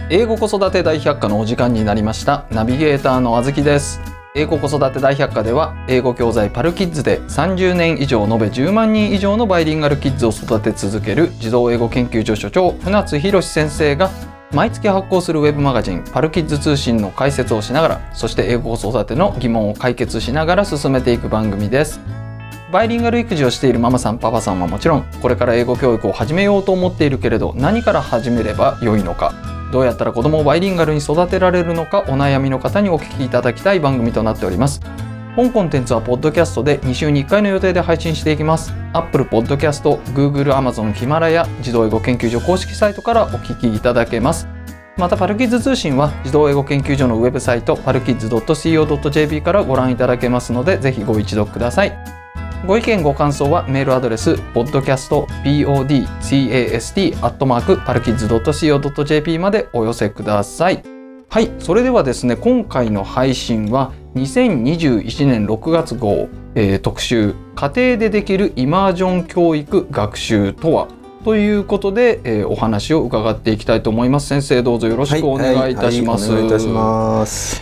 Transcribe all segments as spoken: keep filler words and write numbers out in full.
英語子育て大百科のお時間になりました。ナビゲーターのあずきです。英語子育て大百科では英語教材パルキッズでさんじゅうねん以上延べじゅうまんにん以上のバイリンガルキッズを育て続ける児童英語研究所所長船津博史先生が毎月発行するウェブマガジンパルキッズ通信の解説をしながら、そして英語子育ての疑問を解決しながら進めていく番組です。バイリンガル育児をしているママさんパパさんはもちろん、これから英語教育を始めようと思っているけれど何から始めれば良いのか、どうやったら子供をバイリンガルに育てられるのか、お悩みの方にお聞きいただきたい番組となっております。本コンテンツはポッドキャストでに週にいっかいの予定で配信していきます。 Apple Podcast、Google、Amazon、ヒマラヤ、児童英語研究所公式サイトからお聞きいただけます。またパルキッズ通信は児童英語研究所のウェブサイトパルキッズ ドットシーオー ドット ジェーピー からご覧いただけますので、ぜひご一読ください。ご意見ご感想はメールアドレス ポッドキャスト ポッドキャスト アットマーク パルキッズ ドットシーオー ドット ジェーピー までお寄せください。はい、それではですね、今回の配信はにせんにじゅういちねんろくがつ号、えー、特集家庭でできるイマージョン教育学習とはということで、えー、お話を伺っていきたいと思います。先生、どうぞよろしくお願いいたします。 はいはいはい、お願いいたします。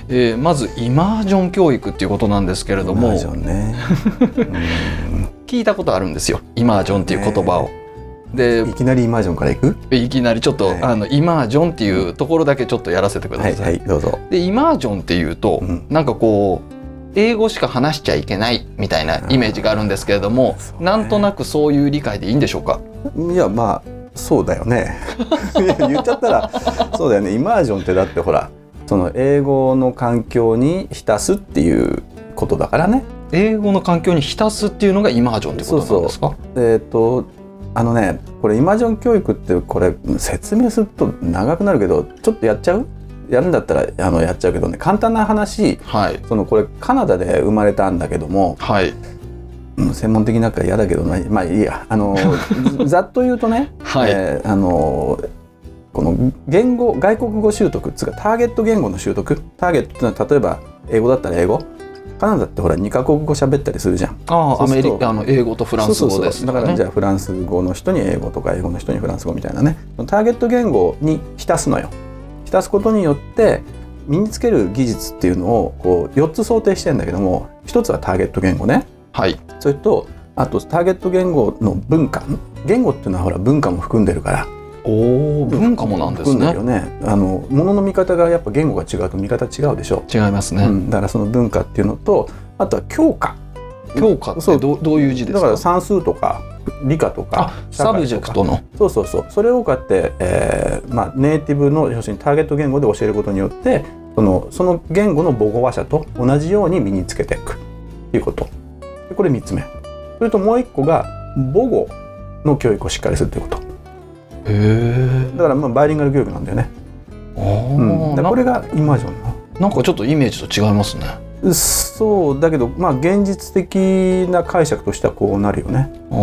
えー、まずイマージョン教育っていうことなんですけれども、イマージョンねうん聞いたことあるんですよ、イマージョンっていう言葉を。で、 いきなりイマージョンからいく？ いきなりちょっと、はい、あのイマージョンっていうところだけちょっとやらせてください。 はいはい、どうぞ。 で、イマージョンっていうと、うん、なんかこう英語しか話しちゃいけないみたいなイメージがあるんですけれども、ね、なんとなくそういう理解でいいんでしょうか？ いや、まあそうだよね言っちゃったらそうだよね。イマージョンってだってほら、その英語の環境に浸すっていうことだからね。 英語の環境に浸すっていうのがイマージョンってことなんですか？ そうそう、えーとあのね、これイマージョン教育ってこれ説明すると長くなるけど、ちょっとやっちゃう？やるんだったらあのやっちゃうけどね、簡単な話、はい、そのこれカナダで生まれたんだけども、はい、専門的なんか嫌だけど、まあいいや、あのざっと言うとね、はい、えー、あのこの言語外国語習得つうかターゲット言語の習得、ターゲットってのは例えば英語だったら英語、カナダってほらにカ国語喋ったりするじゃん。 ああ、アメリカの英語とフランス語ですからね。そうそうそう、だからじゃあフランス語の人に英語とか英語の人にフランス語みたいなね、ターゲット言語に浸すのよ。浸すことによって身につける技術っていうのをこうよっつ想定してるんだけども、ひとつはターゲット言語ね。はい。それとあとターゲット言語の文化、言語っていうのはほら文化も含んでるから。 おお、文化もなんですね。 含んでるよね。あの物の見方がやっぱ言語が違うと見方違うでしょ。 違いますね。 うん、だからその文化っていうのと、あとは教科。 教科ってどう、どういう字ですか？ だから算数とか理科とかサブジェクトの、 そうそうそう、それをこうやって、えーまあ、ネイティブの要するにターゲット言語で教えることによって、そのその言語の母語話者と同じように身につけていくということ。でこれみっつめ。それともういっこが母語の教育をしっかりするということ。へー。だからまあバイリンガル教育なんだよね。あ、うん、だからこれがイマージョンな。 なんかちょっとイメージと違いますね。 そうだけど、まあ現実的な解釈としてはこうなるよね。うん、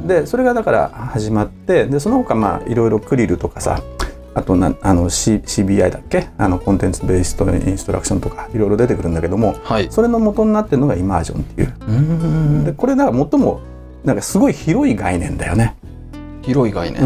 でそれがだから始まって、でその他まあいろいろクリルとかさ、あとなあの、C、シービーアイ だっけ、あのコンテンツベーストインストラクションとかいろいろ出てくるんだけども、はい、それの元になってるのがイマージョンっていう。うん、でこれだから最もなんかすごい広い概念だよね。 広い概念。 うん、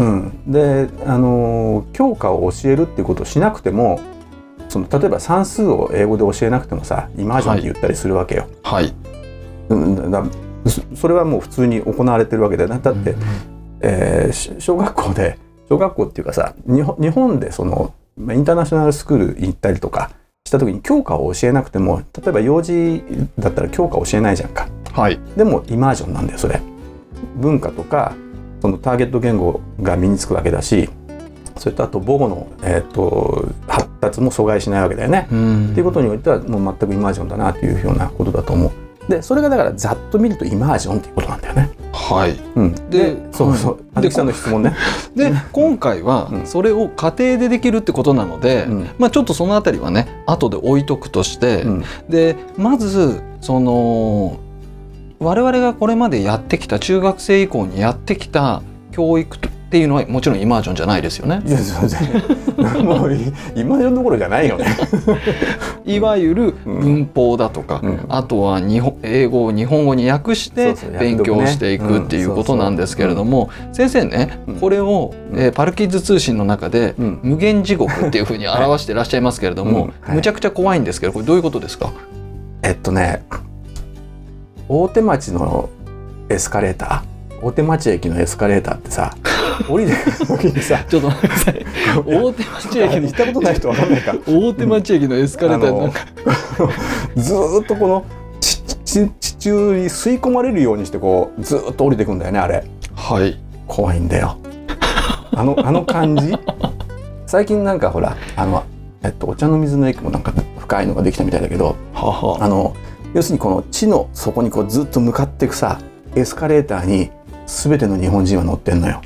であの教科を教えるっていうことをしなくても、その例えば算数を英語で教えなくてもさ、イマージョンって言ったりするわけよ。はい。うん、だそれはもう普通に行われてるわけだよね。だって、うん、えー、小学校で小学校っていうかさ、日本、日本でそのインターナショナルスクール行ったりとかした時に教科を教えなくても、例えば幼児だったら教科教えないじゃんか。はい。でもイマージョンなんだよそれ。文化とかそのターゲット言語が身につくわけだし、それとあと母語の、えー、と発達も阻害しないわけだよね。っていうことにおいてはもう全くイマージョンだなというようなことだと思う。でそれがだからざっと見るとイマージョンっていうことなんだよね。はい。うん、で、そうそう。あずきさんの質問ね。 で今回はそれを家庭でできるってことなので、うん、まあちょっとそのあたりはね後で置いとくとして、うん、でまずその我々がこれまでやってきた中学生以降にやってきた教育っていうのはもちろんイマージョンじゃないですよね。 いやそうもうイマージョンどころじゃないよねいわゆる文法だとか、うん、あとは日本英語を日本語に訳して勉強していくっていうことなんですけれども、先生ね、うん、これを、えー、パルキッズ通信の中で、うん、無限地獄っていうふうに表していらっしゃいますけれども、うんはい、むちゃくちゃ怖いんですけど、これどういうことですか？ えっとね大手町のエスカレーター大手町駅のエスカレーターってさ降りてくる時にさちょっと待ってください大手町駅に行ったことない人わかんないか大手町駅のエスカレーターなんかずーっとこの地, 地, 地中に吸い込まれるようにしてこうずーっと降りてくんだよねあれ。 はい怖いんだよあのあの感じ最近なんかほらあの、えっと、お茶の水の駅もなんか深いのができたみたいだけど、ははあの要するにこの地の底にこうずっと向かっていくさエスカレーターに全ての日本人は乗ってんのよ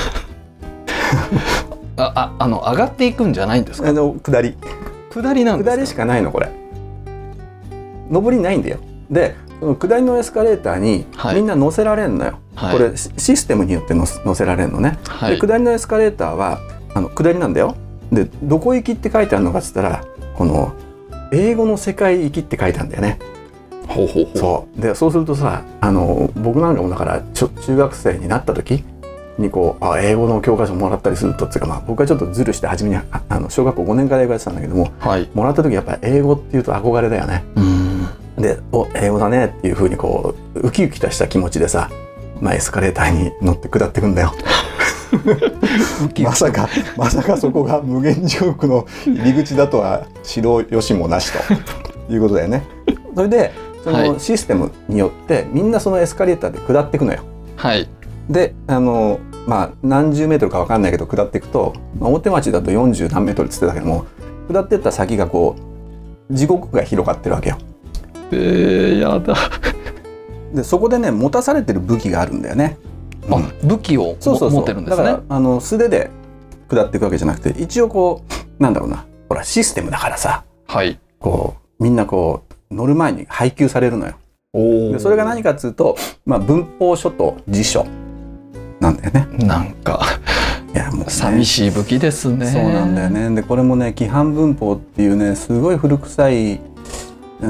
あ, あ, あの上がっていくんじゃないんですか？ あの下り下りなんですか？ 下りしかないのこれ上りないんだよ。でその下りのエスカレーターにみんな乗せられんのよ、はい、これシステムによって乗せられるのね、はい、で下りのエスカレーターはあの下りなんだよ。でどこ行きって書いてあるのかっつったらこの英語の世界行きって書いてあるんだよね。 ほうほうほう。 そうでそうするとさあの僕なんかもだから中学生になった時にこうあ英語の教科書もらったりするとっていうか、まあ、僕はちょっとズルして初めにああの小学校ごねんから英語やってたんだけども、はい、もらった時やっぱり英語っていうと憧れだよね。うんでお英語だねっていう風にこうウキウキとした気持ちでさ、まあ、エスカレーターに乗って下ってくんだよまさかまさかそこが無限地獄の入り口だとは知ろうよしもなしということだよね。それでそのシステムによってみんなそのエスカレーターで下っていくのよ。はい、であの、まあ、何十メートルか分かんないけど下っていくと、まあ、大手町だとよんじゅう何メートルって言ってたけども下っていった先がこう地獄が広がってるわけよ。 えー、やだでそこでね持たされてる武器があるんだよね。 あ、うん、武器をそうそうそう持ってるんですね。 だからあの素手で下っていくわけじゃなくて一応こうなんだろうなほらシステムだからさ、はい、こうみんなこう乗る前に配給されるのよ。でそれが何かっつうと、まあ、文法書と辞書なんだよね。 なんかいやもう、ね、寂しい武器ですね。 そうなんだよね。でこれもね規範文法っていうねすごい古臭いうん、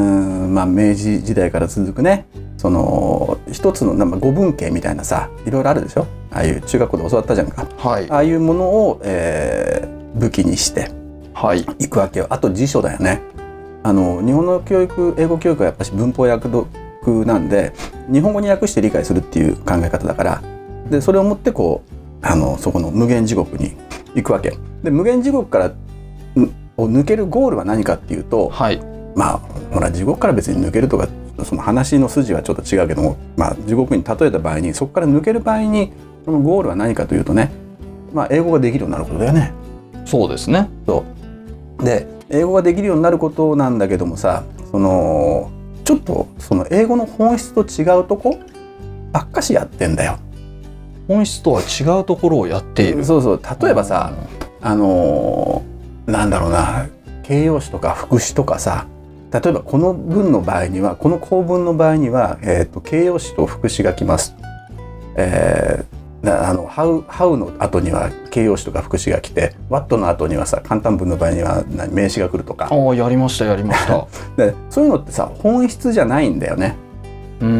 まあ、明治時代から続くねその一つのなんか語文系みたいなさいろいろあるでしょ。ああいう中学校で教わったじゃんか、はい、ああいうものを、えー、武器にしていくわけよ。あと辞書だよね。あの日本の教育英語教育はやっぱり文法訳読なんで日本語に訳して理解するっていう考え方だからでそれをもってこうあのそこの無限地獄に行くわけで無限地獄からを抜けるゴールは何かっていうと、はい、まあほら地獄から別に抜けるとかその話の筋はちょっと違うけども、まあ、地獄に例えた場合にそこから抜ける場合にそのゴールは何かというとね、まあ、英語ができるようになることだよね。 そうですね。 そうで英語ができるようになることなんだけどもさそのちょっとその英語の本質と違うとこばっかしやってんだよ。 本質とは違うところをやっている。 そうそう例えばさあのなんだろうな形容詞とか副詞とかさ例えばこの文の場合にはこの構文の場合には、えーと、形容詞と副詞が来ます。えー、あの how, how の後には形容詞とか副詞が来て what の後にはさ簡単文の場合には名詞が来るとか。 ああやりましたやりましたでそういうのってさ本質じゃないんだよね。うーん、うん、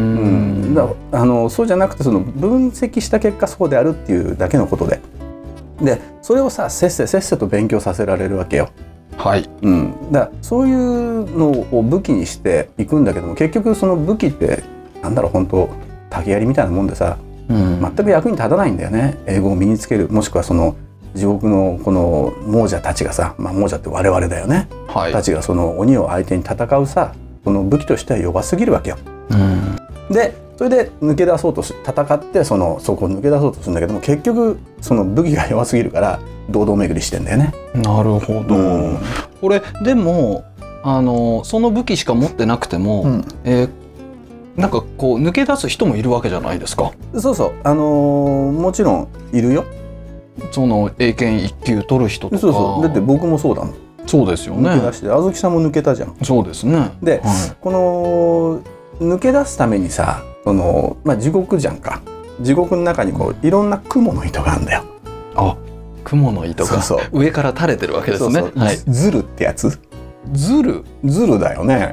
だあのそうじゃなくてその分析した結果そうであるっていうだけのことででそれをさせっせせっせと勉強させられるわけよ。はい、うん、だからそういうのを武器にしていくんだけども結局その武器ってなんだろう本当竹槍みたいなもんでさ、うん、全く役に立たないんだよね。英語を身につけるもしくはその地獄のこの亡者たちがさ、まあ、亡者って我々だよね、はい、たちがその鬼を相手に戦うさその武器としては弱すぎるわけよ。うん、でそれで抜け出そうとし戦ってそのそこを抜け出そうとするんだけども結局その武器が弱すぎるから堂々巡りしてんだよね。 なるほど、うん、これでもあのその武器しか持ってなくても、うんえー、なんかこう抜け出す人もいるわけじゃないですか。 そうそう、あのー、もちろんいるよ。 その英検一級取る人とか。 そうそうだって僕もそうだもん。 そうですよね。 抜け出してあずきさんも抜けたじゃん。 そうですね。 で、はい、この抜け出すためにさその、まあ、地獄じゃんか。地獄の中にこういろんな蜘蛛の糸があるんだよ。 あ、雲の糸がそうそう上から垂れてるわけですね。 そうそう、 はい、 ズルってやつ。 ズルズルだよね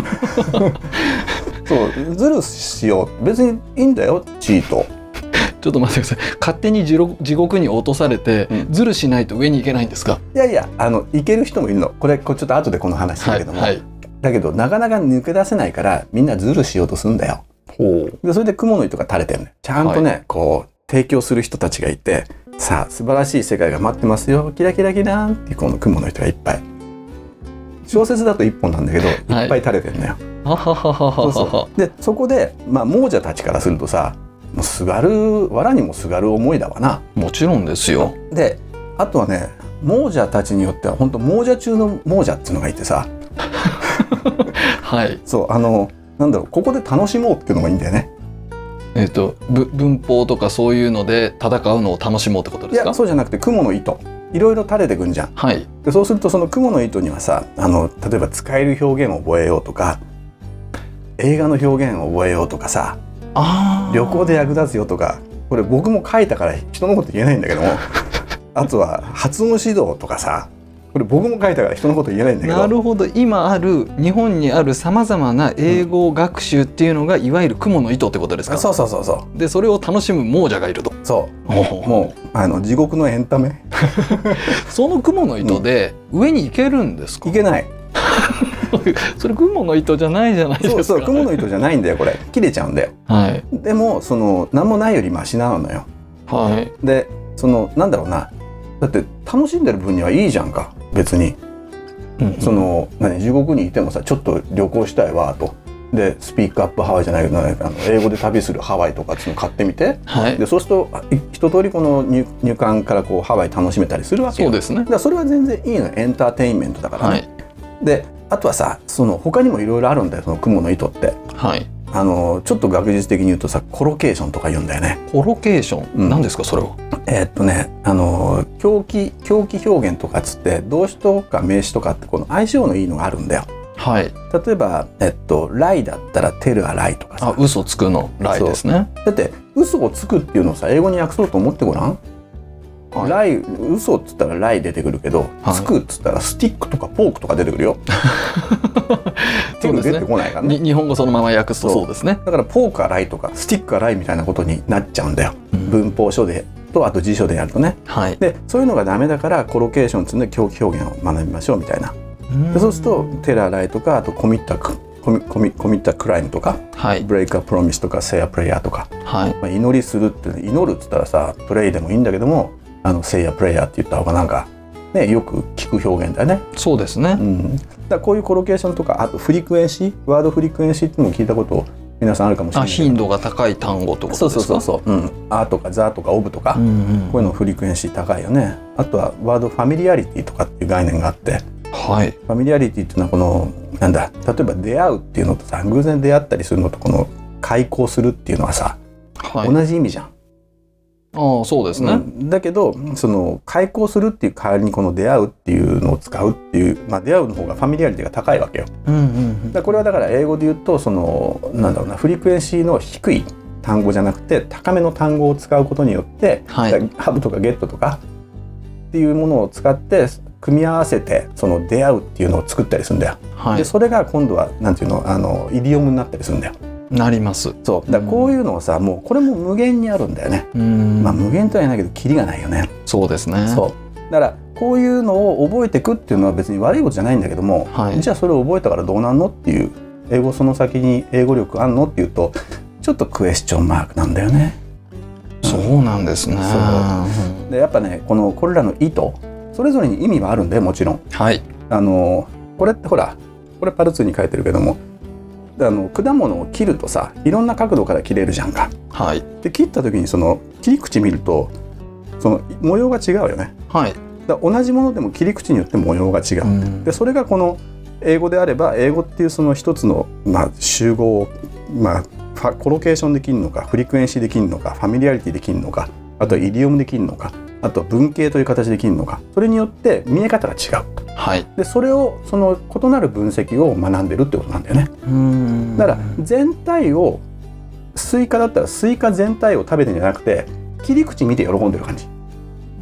そうズルしよう、別にいいんだよチート。 ちょっと待ってください。勝手に地獄に落とされて、うん、ズルしないと上に行けないんですか？ いやいや、あの行ける人もいるの。これこれちょっと後でこの話だけども、はいはい、だけどなかなか抜け出せないからみんなズルしようとするんだよ。ほう。でそれで雲の糸が垂れてるね。ちゃんとね、はい、こう提供する人たちがいて、さあ素晴らしい世界が待ってますよ、キラキラキラーンってこの雲の糸がいっぱい。小説だと一本なんだけど、はい、いっぱい垂れてるのよ。ははははは。そうそう。でそこで、まあ、亡者たちからするとさ、もうすがる藁にもすがる思いだわな。 もちろんですよ。 であとはね、亡者たちによっては本当亡者中の亡者っていうのがいてさはい、 そうあのなんだろう、ここで楽しもうっていうのがいいんだよね。 えーと、文法とかそういうので戦うのを楽しもうってことですか？ いやそうじゃなくて、雲の糸いろいろ垂れてくんじゃん。 はい、 でそうするとその雲の糸にはさ、あの例えば使える表現を覚えようとか、映画の表現を覚えようとかさ、あ旅行で役立つよとか、これ僕も書いたから人のこと言えないんだけどもあとは発音指導とかさ、これ僕も書いたから人のこと言えないんだけど。 なるほど。今ある日本にあるさまざまな英語学習っていうのが、うん、いわゆる雲の糸ってことですか？ そうそうそうそう。 でそれを楽しむ亡者がいると。 そうもうあの地獄のエンタメその雲の糸で上に行けるんですか？ 行けないそれ雲の糸じゃないじゃないですか。 そうそう、雲の糸じゃないんだよ、これ切れちゃうんだよ。はい、でもその何もないよりマシなのよ。はい、でそのなんだろうな、だって楽しんでる分にはいいじゃんか別に、うんうん、その何地獄にいてもさ、ちょっと旅行したいわと、でスピークアップハワイじゃないけど、あの英語で旅するハワイとかっていうの買ってみて、はい、でそうすると一通りこの 入, 入管からこうハワイ楽しめたりするわけよ。 そうですね。 だからそれは全然いいのよ、エンターテインメントだからね。はい、であとはさ、その他にもいろいろあるんだよ、その雲の糸って。はい、あのちょっと学術的に言うとさ、コロケーションとか言うんだよね。 コロケーション、うん、何ですかそれは？ えー、っとねあの狂気狂気表現とかっつって、動詞とか名詞とかってこの相性のいいのがあるんだよ。はい、例えば、えっと、ライだったらテルアライとかさ。 あ、嘘つくのライですね。 だって嘘をつくっていうのをさ、英語に訳そうと思ってごらん。はい、ライ嘘っつったらライ出てくるけど、はい、つくっつったらスティックとかポークとか出てくるよテル出てこないからね。 日本語そのまま訳すとそうですね。 だからポークはライとかスティックはライみたいなことになっちゃうんだよ、うん、文法書でとあと辞書でやるとね。はい、でそういうのがダメだからコロケーションつうんで狂気表現を学びましょうみたいな。でそうするとテラーライとか、あとコミッタコミコミコミッタクライムとか、はい、ブレイクアプロミスとかセイアプレイヤーとか、はい、まあ、祈りするって、ね、祈るっつったらさ、プレイでもいいんだけども、あのセイアプレイヤーって言った方がなんかね、よく聞く表現だよね。 そうですね。うん、 だからこういうコロケーションとか、あとフリクエンシー、ワードフリクエンシーっていうのも聞いたこと皆さんあるかもしれないけど。 あ、頻度が高い単語ってことですか？ そうそうそうそう、うん、あとかザとかオブとか、うんうん、こういうのフリクエンシー高いよね。あとはワードファミリアリティとかっていう概念があって、はい、ファミリアリティっていうのはこのなんだ、例えば出会うっていうのとさ、偶然出会ったりするのと、この開口するっていうのはさ、はい、同じ意味じゃん。 ああ、そうですね。うん、 だけどその開口するっていう代わりにこの出会うっていうのを使うっていう、まあ、出会うの方がファミリアリティが高いわけよ。うんうんうん、だこれはだから英語で言うと、そのなんだろうな、フリクエンシーの低い単語じゃなくて高めの単語を使うことによって、はい、ハブとかゲットとかっていうものを使って組み合わせてその出会うっていうのを作ったりするんだよ。はい、でそれが今度はなんていうの、あのイディオムになったりするんだよ。 なります。 そうだからこういうのをさ、もうこれも無限にあるんだよね。うん、まあ無限とは言えないけどキリがないよね。 そうですね。 そうだからこういうのを覚えていくっていうのは別に悪いことじゃないんだけども、はい、じゃあそれを覚えたからどうなんのっていう、英語その先に英語力あんのっていうとちょっとクエスチョンマークなんだよね。 そうなんですね。 そうでやっぱね、このこれらの意図それぞれに意味はあるんだよ、もちろん。はい、あのこれってほら、これパルツに書いてるけども、あの果物を切るとさ、いろんな角度から切れるじゃんか。はい、で切った時にその切り口見るとその模様が違うよね。はい、だ同じものでも切り口によって模様が違う。うん、でそれがこの英語であれば、英語っていうその一つの、まあ、集合を、まあ、コロケーションできるのか、フリクエンシーできるのか、ファミリアリティできるのか、あとはイディオムできるのか、あとは文型という形でできるのか、それによって見え方が違う。はい、でそれをその異なる分析を学んでるってことなんだよね。うーんだから全体を、スイカだったらスイカ全体を食べてんじゃなくて切り口見て喜んでる感じ。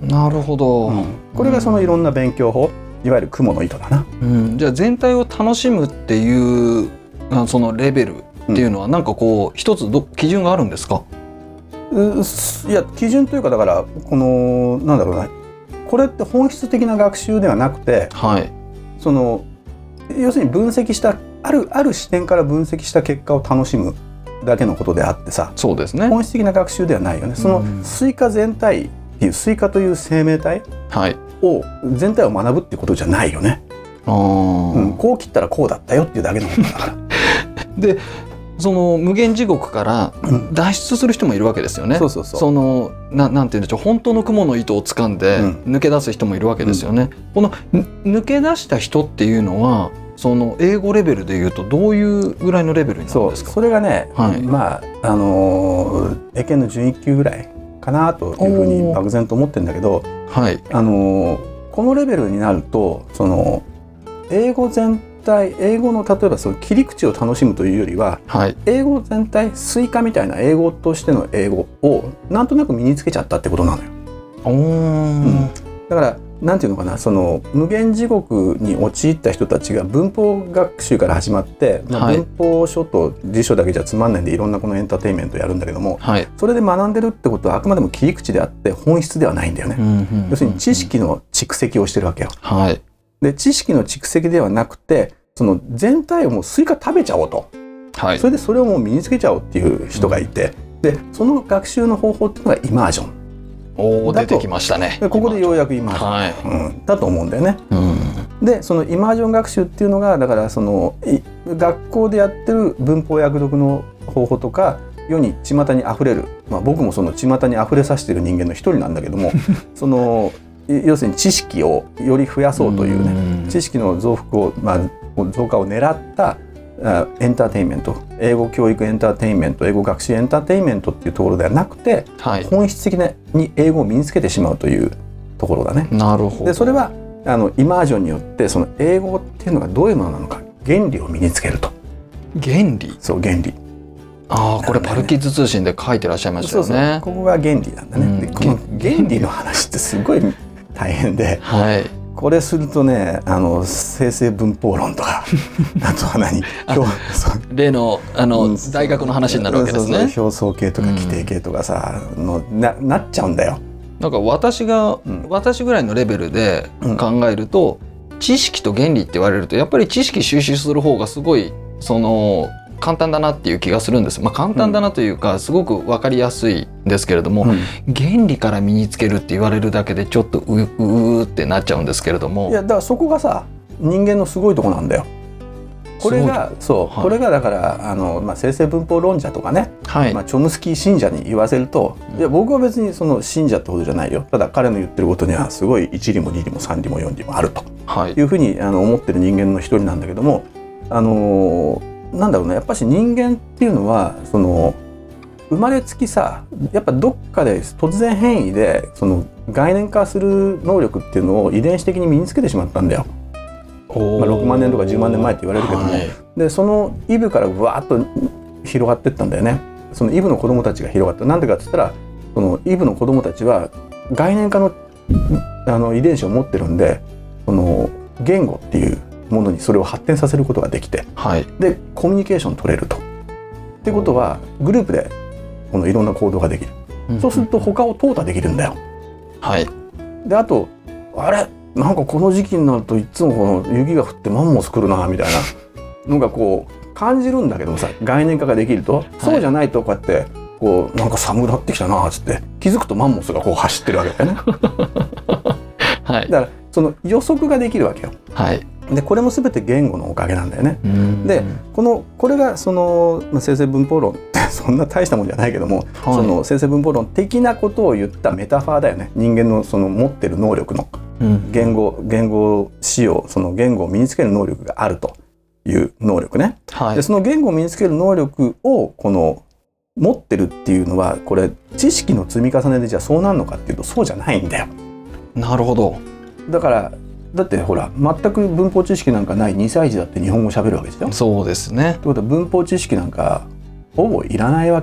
なるほど、 うん、これがそのいろんな勉強法、いわゆる雲の糸だな、 うん、じゃあ全体を楽しむっていうそのレベルっていうのはなんかこう一つど基準があるんですか？ ういや基準というか、だからこのなんだろうな、これって本質的な学習ではなくて、 はい、 その要するに分析したあるある視点から分析した結果を楽しむだけのことであってさ、 そうですね、 本質的な学習ではないよね。そのスイカ全体っていう、スイカという生命体を全体を学ぶってことじゃないよね。あ、うん、こう切ったらこうだったよっていうだけのことだからでその無限地獄から脱出する人もいるわけですよね。 そうそうそう、 その な, なんていうんでしょう、本当の雲の糸を掴んで抜け出す人もいるわけですよね、うん、この抜け出した人っていうのはその英語レベルでいうとどういうぐらいのレベルになるんですか？ そ, それがね、はい、まああのー、英検の準いっ級ぐらいかなというふうに漠然と思ってるんだけど、はい、あのー、このレベルになるとその英語全体、英語の例えばその切り口を楽しむというよりは、はい、英語全体、スイカみたいな英語としての英語をなんとなく身につけちゃったってことなのよ。おー、うん、だからなんていうのかな、その無限地獄に陥った人たちが文法学習から始まって、まあ、文法書と辞書だけじゃつまんないんでいろんなこのエンターテインメントをやるんだけども、はい、それで学んでるってことはあくまでも切り口であって本質ではないんだよね、うんうんうんうん、要するに知識の蓄積をしてるわけよ、はい、で知識の蓄積ではなくてその全体をもうスイカ食べちゃおうと、はい、それでそれをもう身につけちゃおうっていう人がいて、うん、でその学習の方法っていうのがイマージョン。 お出てきましたね。 ここでようやくイマージョン、はい、うん、だと思うんだよね、うん、でそのイマージョン学習っていうのがだからその学校でやってる文法訳読の方法とか世に巷にあふれる、まあ、僕もその巷にあふれさせてる人間の一人なんだけどもその要するに知識をより増やそうというね、うん、知識の増幅を、まあ、増加を狙ったエンターテインメント、英語教育エンターテインメント、英語学習エンターテインメントっていうところではなくて、はい、本質的に英語を身につけてしまうというところだね。なるほど。でそれはあのイマージョンによってその英語っていうのがどういうものなのか原理を身につけると。 原理？ そう原理。 ああ、これパルキッズ通信で書いてらっしゃいましたよね。そうそう、 ここが原理なんだね、うん、でこの原理の話ってすごい大変で、はい、これするとね、あの生成文法論とかあとは何例のあの、うん、大学の話になるわけですね。 そうそう、表層形とか規定形とかさ、うん、の な, なっちゃうんだよ。 なんか私が、うん、私ぐらいのレベルで考えると、うん、知識と原理って言われるとやっぱり知識収集する方がすごいその簡単だなっていう気がするんです。まあ、簡単だなというか、うん、すごく分かりやすいんですけれども、うん、原理から身につけるって言われるだけでちょっとううーってなっちゃうんですけれども、 いやだからそこがさ人間のすごいとこなんだよ。これがそう、はい、これがだからあの、まあ、生成文法論者とかね、はい、まあ、チョムスキー信者に言わせると、いや僕は別にその信者ってことじゃないよ、ただ彼の言ってることにはすごいいち理もに理もさん理もよん理もあると、はい、いうふうにあの思ってる人間の一人なんだけども、あのーなんだろうね、やっぱし人間っていうのはその生まれつきさ、やっぱどっかで突然変異でその概念化する能力っていうのを遺伝子的に身につけてしまったんだよ。まあ、ろくまんねんとかじゅうまんねんまえって言われるけども、はい、でそのイブからわーっと広がっていったんだよね。そのイブの子供たちが広がった。なんでかって言ったらそのイブの子供たちは概念化の、あの遺伝子を持ってるんで、その言語っていうものにそれを発展させることができて、はい、でコミュニケーション取れると。ってことはグループでこのいろんな行動ができる、うん、そうすると他を淘汰できるんだよ。はい、であとあれなんかこの時期になるといつもこの雪が降ってマンモス来るなみたいなのがこう感じるんだけどもさ、概念化ができると、はい、そうじゃないとこうやってこうなんか寒くなってきたなっつって気づくとマンモスがこう走ってるわけだよね。はい、だからその予測ができるわけよ。はい、でこれも全て言語のおかげなんだよね。でこのこれがその、まあ、生成文法論ってそんな大したもんじゃないけども、はい、その生成文法論的なことを言ったメタファーだよね。人間のその持ってる能力の言語、言語使用、その言語を身につける能力があるという能力ね。はい、でその言語を身につける能力をこの持ってるっていうのはこれ知識の積み重ねでじゃあそうなるのかっていうとそうじゃないんだよ。なるほど。だからだってほら全く文法知識なんかないにさい児だって日本語喋るわけですよ。そうですね。ってことは文法知識なんかほぼいらないわけよ。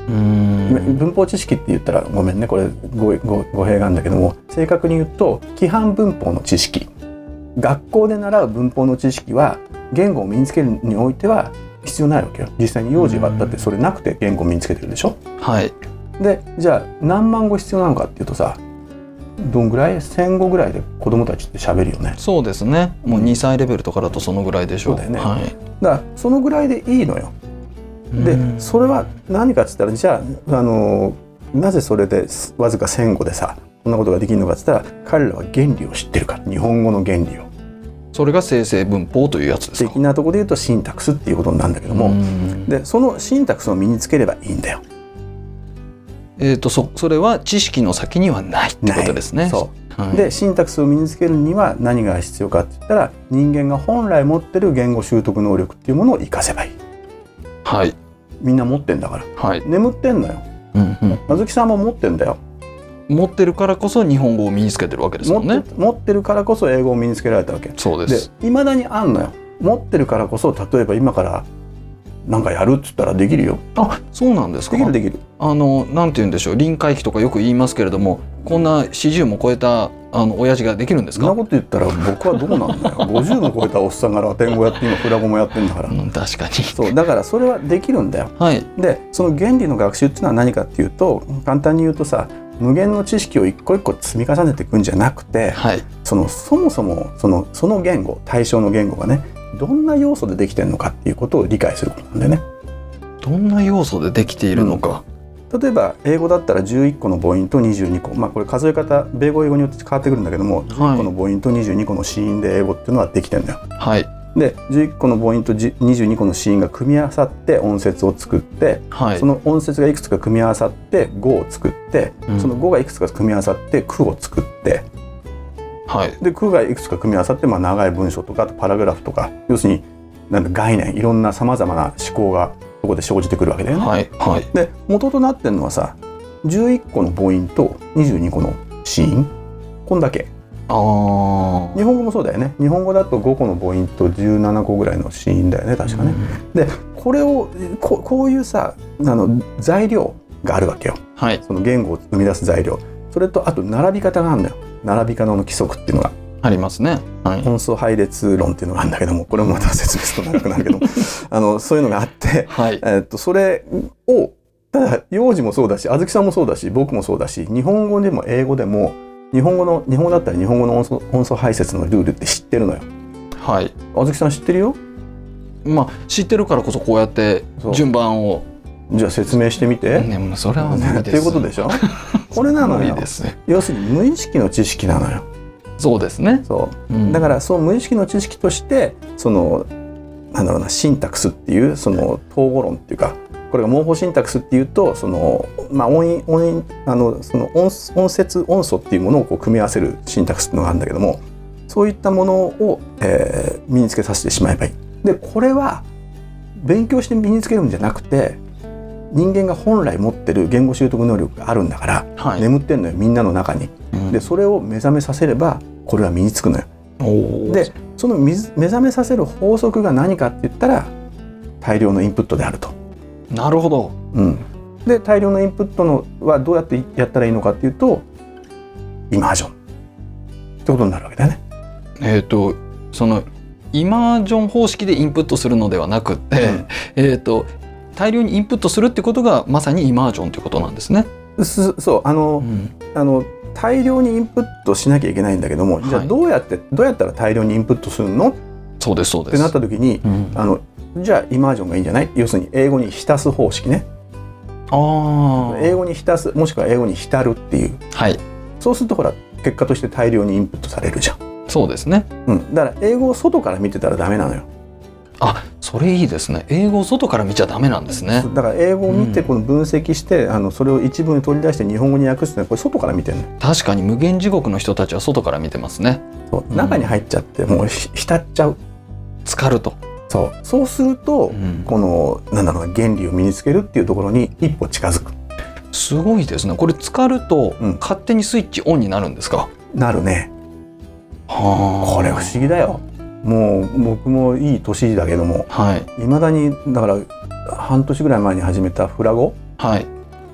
うーん文法知識って言ったらごめんねこれごご語弊があるんだけども、正確に言うと規範文法の知識、学校で習う文法の知識は言語を身につけるにおいては必要ないわけよ。実際に幼児はだってそれなくて言語を身につけてるでしょ。 はい。 でじゃあ何万語必要なのかっていうとさ、どんぐらいせん語ぐらいで子どもたちって喋るよね。 そうですね。もうにさいレベルとかだとそのぐらいでしょう。 そうだよね、 はい、 だからそのぐらいでいいのよ。でそれは何かっつったら、じゃあ、あのなぜそれでわずかせん語でさそんなことができるのかっつったら、彼らは原理を知ってるから、日本語の原理を。 それが生成文法というやつですか。 的なところで言うとシンタクスっていうことなんだけども、でそのシンタクスを身につければいいんだよ。 えーと、そ, それは知識の先にはないってことですね。 そう、 はい、 でシンタクスを身につけるには何が必要かって言ったら、人間が本来持ってる言語習得能力っていうものを活かせばいい。 はい。 みんな持ってんだから、 はい、 眠ってんのよ。うんうん、あずきさんも持ってんだよ。 持ってるからこそ日本語を身につけてるわけですもんね。 持って、持ってるからこそ英語を身につけられたわけ。 そうです。 で未だにあんのよ。持ってるからこそ、例えば今からなんかやるっつったらできるよ。 あ、そうなんですか。 できるできる。あのなんて言うんでしょう、臨界期とかよく言いますけれども、こんなよんじゅうも超えたあの親父ができるんですか。 そんなこと言ったら僕はどうなんだよ。ごじゅうも超えたおっさんがラテン語やって今フラ語もやってんだから、うん、 確かに。 そうだからそれはできるんだよ。 はい、 でその原理の学習っていうのは何かっていうと、簡単に言うとさ、無限の知識を一個一個積み重ねていくんじゃなくて、はい、そのそもそもそのその言語、対象の言語がね、どんな要素でできてるのかっていうことを理解することなんだよね。どんな要素でできているのか、 うん、例えば英語だったらじゅういっこの母音とにじゅうにこ、まあこれ数え方米語英語によって変わってくるんだけども、はい、じゅういっこの母音とにじゅうにこの子音で英語っていうのはできてるんだよ。はい、でじゅういっこの母音とにじゅうにこの子音が組み合わさって音節を作って、はい、その音節がいくつか組み合わさって語を作って、うん、その語がいくつか組み合わさって句を作って、はい、で句がいくつか組み合わさって、まあ、長い文章とかあとパラグラフとか、要するになんか概念、いろんなさまざまな思考がそこで生じてくるわけだよね。はいはい、で元となってるのはさ、じゅういっこの母音とにじゅうにこの子音、こんだけ。あ、日本語もそうだよね。日本語だとごこの母音とじゅうななこぐらいの子音だよね、確かね。うん、でこれを こ, こういうさあの材料があるわけよ。はい、その言語を生み出す材料、それとあと並び方があるんだよ。並び方の規則っていうのがありますね。はい、 音素配列論っていうのがあるんだけども、これもまた説明すると長くなるけどあのそういうのがあって、はい、えー、っとそれをただ幼児もそうだし、あずきさんもそうだし、僕もそうだし、日本語でも英語でも日本語の日本語だったら日本語の音素、音素配列のルールって知ってるのよ。はい。あずきさん知ってるよ。 まあ知ってるからこそこうやって順番を。 じゃあ説明してみて。 ね、もうそれは無理です。 っていうことでしょ。これなのよ。要するに無意識の知識なのよ。 そうですね。 そう、うん、だからそう無意識の知識としてそのなんだろうな、シンタクスっていうその統合論っていうか、これが毛法シンタクスっていうと、そのまあ音韻音韻あのその 音, 音節音素っていうものをこう組み合わせるシンタクスっていうのがあるんだけども、そういったものを、えー、身につけさせてしまえばいい。でこれは勉強して身につけるんじゃなくて、人間が本来持ってる言語習得能力があるんだから、はい、眠ってんのよ、みんなの中に。うん、でそれを目覚めさせればこれは身につくのよ。でその目覚めさせる法則が何かって言ったら、大量のインプットであると。 なるほど。 うん、で大量のインプットのはどうやってやったらいいのかっていうと、イマージョンってことになるわけだよね。 えっとそのイマージョン方式でインプットするのではなくて、うん、えっと大量にインプットするってことがまさにイマージョンということなんですね。 そうあの、うん、あの大量にインプットしなきゃいけないんだけども、はい、じゃあどうやってどうやったら大量にインプットするの？ そうですそうです。 ってなった時に、うん、あのじゃあイマージョンがいいんじゃない？要するに英語に浸す方式ね。あ英語に浸す、もしくは英語に浸るっていう。はい。そうするとほら結果として大量にインプットされるじゃん。 そうですね。 うん。だから英語を外から見てたらダメなのよ。 あ、それいいですね。英語を外から見ちゃダメなんですね。 だから英語を見てこの分析して、うん、あのそれを一文に取り出して日本語に訳すってのはこれ外から見てるの。 確かに無限地獄の人たちは外から見てますね。 そう、中に入っちゃってもう浸っちゃう。 浸かると。 そう。そうすると、うん、このなんだろうな、原理を身につけるっていうところに一歩近づく。 すごいですね。これ浸かると、うん、勝手にスイッチオンになるんですか？ なるね。はあ。これ不思議だよ。もう僕もいい年だけども、はい、未だにだから半年ぐらい前に始めたフラ語、はい、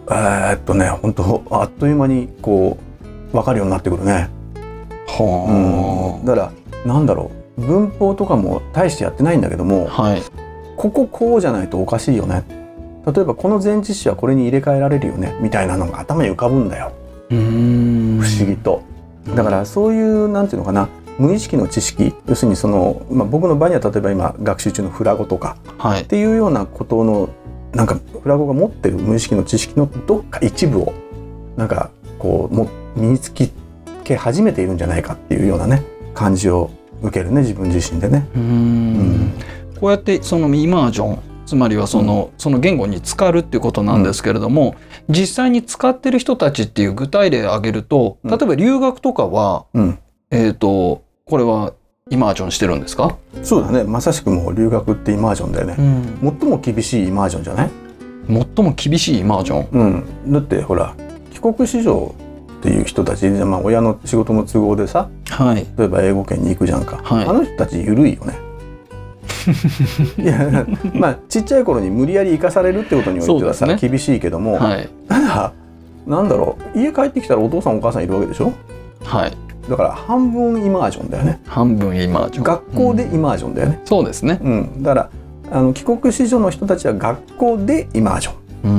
えー、っとね本当あっという間にこう分かるようになってくるね。はあ、うん、だからなんだろう文法とかも大してやってないんだけども、はい、こここうじゃないとおかしいよね、例えばこの前置詞はこれに入れ替えられるよねみたいなのが頭に浮かぶんだよ。うーん、不思議と。だからそういうなんていうのかな、無意識の知識、要するにその、まあ、僕の場合には例えば今学習中のフラ語とか、はい、っていうようなことのなんかフラ語が持ってる無意識の知識のどっか一部をなんかこうも身につけ始めているんじゃないかっていうようなね感じを受けるね、自分自身でね。うーん、うん、 こうやってそのイマージョン、つまりはその、うん、その言語に浸かるっていうことなんですけれども、うん、実際に使ってる人たちっていう具体例を挙げると、例えば留学とかは、うん、えっとこれはイマージョンしてるんですか？ そうだね、まさしくもう留学ってイマージョンだよね、うん、最も厳しいイマージョンじゃない？ 最も厳しいイマージョン、 うん、だってほら帰国子女っていう人たち、まあ、親の仕事の都合でさ、はい、例えば英語圏に行くじゃんか、はい、あの人たち緩いよねいやまあちっちゃい頃に無理やり生かされるってことにおいてはさ、ね、厳しいけども、はい、ただなんだろう、家帰ってきたらお父さんお母さんいるわけでしょ。はい、だから半分イマージョンだよね。 半分イマージョン、 学校でイマージョンだよね、 うん、そうですね、 うん、だからあの帰国子女の人たちは学校でイマージョン、うん、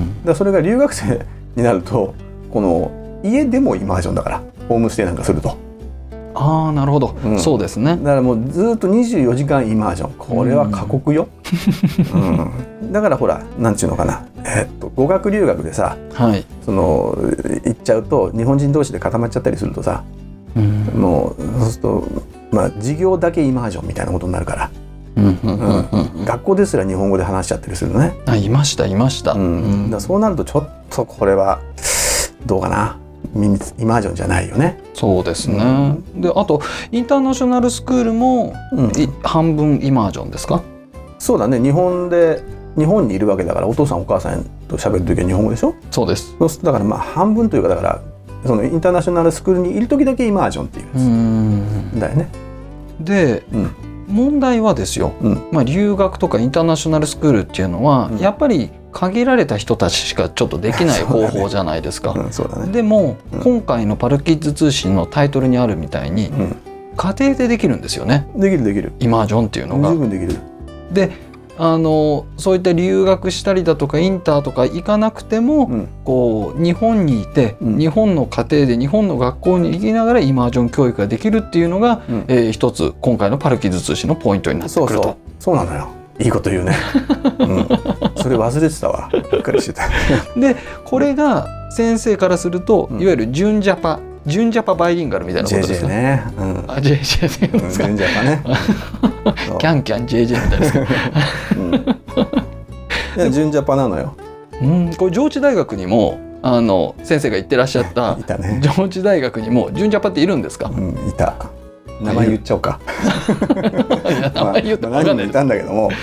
だからそれが留学生になるとこの家でもイマージョンだから、ホームステイなんかすると。 ああ、なるほど、うん、そうですね。 だからもうずっとにじゅうよじかんイマージョン、これは過酷よ、うん、だからほらなんちゅうのかな、えー、っと語学留学でさ、はい、その行っちゃうと日本人同士で固まっちゃったりするとさ、うん、もうそうするとまあ授業だけイマージョンみたいなことになるから、学校ですら日本語で話しちゃったりするのね。 あ、いましたいました、うんうん、だからそうなるとちょっとこれはどうかな、イマージョンじゃないよね。 そうですね、うん、であとインターナショナルスクールも、うん、半分イマージョンですか？ そうだね、日本で日本にいるわけだからお父さんお母さんと喋るときは日本語でしょ。 そうです。 だからまあ半分というか、だからそのインターナショナルスクールにいるときだけイマージョンっていうんですだよね。 で、うん、問題はですよ、うん、まあ、留学とかインターナショナルスクールっていうのは、うん、やっぱり限られた人たちしかちょっとできない方法じゃないですか。そうだね、うん、そうだね。でも、うん、今回のパルキッズ通信のタイトルにあるみたいに、うん、家庭でできるんですよね。 できるできる。 イマージョンっていうのが十分できる。 で、あのそういった留学したりだとかインターとか行かなくても、うん、こう日本にいて、うん、日本の家庭で日本の学校に行きながらイマージョン教育ができるっていうのが、うん、えー、一つ今回のパルキッズ通信のポイントになってくると。 そうそう、そうなのよ。いいこと言うね、うん、それ忘れてたわ。うっかりしてたでこれが先生からすると、うん、いわゆる純ジャパ純ジャパバイリンガルみたいなことですね。ジェージェー ね、うん、あ ジェージェー って言うんですか、純ジャパねキャンキャン ジェージェー みたいですか、うん、 いや純ジャパなのよ。 うん、これ上智大学にもあの先生が言ってらっしゃったいた、ね、上智大学にも純ジャパっているんですか？ うん、いた。名前言っちゃおうかいや名前言っても分かんないです。何人言ったんだけども、はい、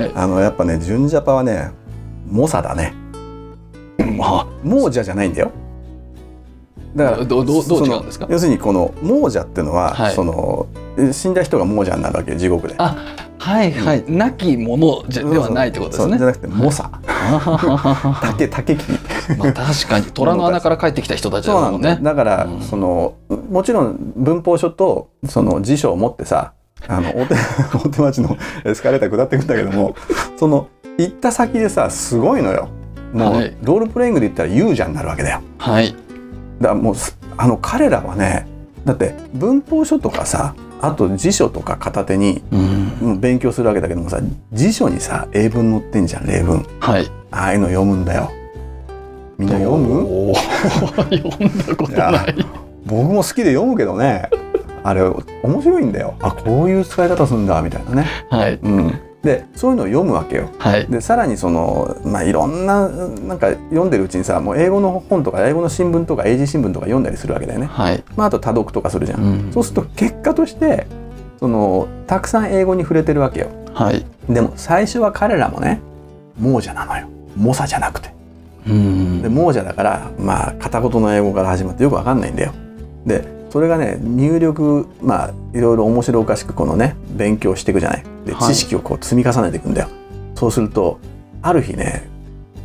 あのやっぱね純ジャパはね猛者だね。まあ猛者じゃないんだよ。だからどうどうどう違うんですか？ 要するにこの猛者っていうのは、はい、その死んだ人が猛者になるわけよ、地獄で。 あ、はいはい、うん、亡き者ではないってことですね。 そうじゃなくて猛者、はい、竹竹木まあ確かに虎の穴から帰ってきた人たちだもんね。 だから、うん、そのもちろん文法書とその辞書を持ってさ、あの大手大手町のエスカレーター下っていくんだけども、その行った先でさすごいのよ。もう、はい、ロールプレイングで言ったら勇者になるわけだよ。はい。だからもうあの彼らはね、だって文法書とかさ、あと辞書とか片手に、うん、勉強するわけだけどもさ、辞書にさ英文載ってんじゃん、例文。はい。ああいうの読むんだよ。みんな読む？ 読んだことない。い僕も好きで読むけどね、あれ面白いんだよ。あ、こういう使い方するんだみたいなね。はい。うん。でそういうのを読むわけよ。はい、でさらにその、まあ、いろんななんか読んでるうちにさ、もう英語の本とか英語の新聞とか英字新聞とか読んだりするわけだよね。はい、まあ、あと多読とかするじゃん、うん、そうすると結果としてそのたくさん英語に触れてるわけよ。はい、でも最初は彼らもね猛者なのよ、猛者じゃなくて。うんで猛者だからまあ片言の英語から始まってよくわかんないんだよ。でそれがね入力、まあいろいろ面白おかしくこのね勉強していくじゃない。で知識をこう積み重ねていくんだよ。はい、そうするとある日ね、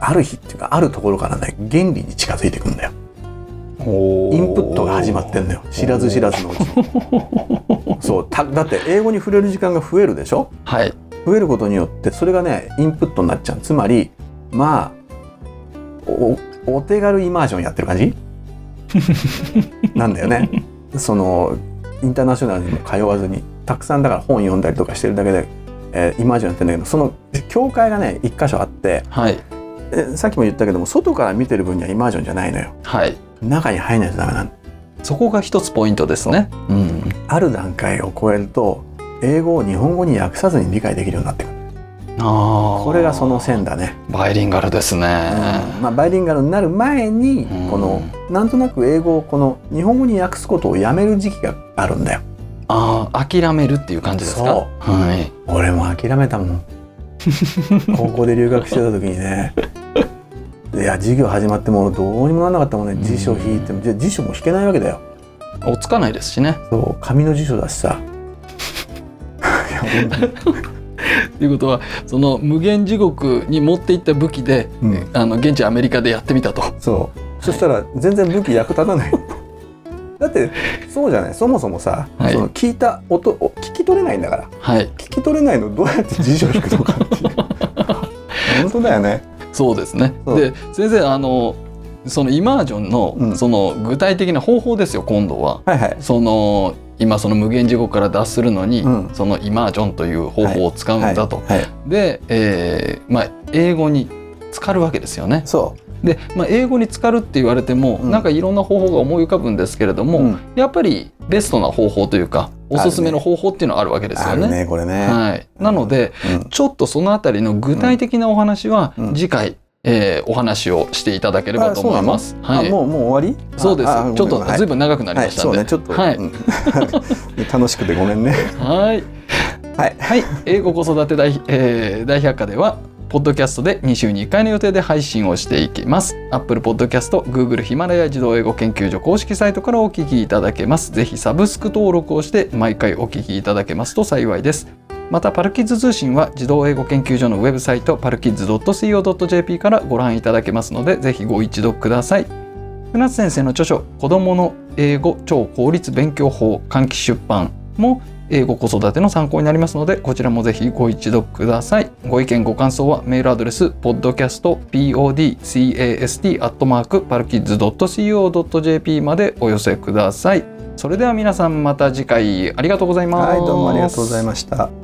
ある日っていうかあるところからね原理に近づいていくんだよ。インプットが始まってんだよ、知らず知らずのうちに。そうただって英語に触れる時間が増えるでしょ、 はい、 増えることによってそれがねインプットになっちゃう。つまりまあ お, お手軽イマージョンやってる感じなんだよね。そのインターナショナルにも通わずにたくさんだから本読んだりとかしてるだけで、えー、イマージョンやってるんだけど、その境界がね一箇所あって、 はい、 えさっきも言ったけども外から見てる分にはイマージョンじゃないのよ、 はい、 中に入らないとダメなんだ。 そこが一つポイントですね、うん、 ある段階を超えると英語を日本語に訳さずに理解できるようになってくる。あこれがその線だね。 バイリンガルですね、 うんまあ、バイリンガルになる前に、うん、このなんとなく英語をこの日本語に訳すことをやめる時期があるんだよ。 ああ諦めるっていう感じですか。 そう、はい、俺も諦めたもん高校で留学してた時にねいや授業始まってもどうにもならなかったもんね。辞書引いてもじゃ辞書も引けないわけだよ。 追っつかないですしね。 そう紙の辞書だしさということはその無限地獄に持っていった武器で、うん、あの現地アメリカでやってみたと。 そう、はい、そしたら全然武器役立たないだってそうじゃない、そもそもさ、はい、その聞いた音を聞き取れないんだから、はい、聞き取れないのどうやって辞書引くのかっていう本当だよね。 そうですね。で先生あのそのイマージョン の,、うん、その具体的な方法ですよ今度は、はいはい、その今その無限地獄から脱するのに、うん、そのイマージョンという方法を使うんだと、はいはいはい、で、えーまあ、英語に浸かるわけですよね。そうで、まあ、英語に浸かるって言われても、うん、なんかいろんな方法が思い浮かぶんですけれども、うん、やっぱりベストな方法というかおすすめの方法っていうのはあるわけですよね。あるねこれね、はい、なので、うん、ちょっとそのあたりの具体的なお話は次回、うんえー、お話をしていただければと思います。はい、もうもう終わり？そうです。ちょっとずいぶん長くなりましたので、はいはい、そうねちょっと、はいうん、楽しくてごめんね。はい、はい、はい、英語子育て 大,、えー、大百科ではポッドキャストでに週にいっかいの予定で配信をしていきます。Apple Podcast、Google ヒマラヤ児童英語研究所公式サイトからお聞きいただけます。ぜひサブスク登録をして毎回お聞きいただけますと幸いです。またパルキッズ通信は児童英語研究所のウェブサイトパルキッズ ドット シーオー ドット ジェーピー からご覧いただけますのでぜひご一読ください。船津先生の著書子どもの英語超効率勉強法換気出版も英語子育ての参考になりますのでこちらもぜひご一読ください。ご意見ご感想はメールアドレス ポッドキャスト ポッドキャスト アットマーク パルキッズ ドット シーオー ドット ジェーピー までお寄せください。それでは皆さんまた次回ありがとうございます。はい、どうもありがとうございました。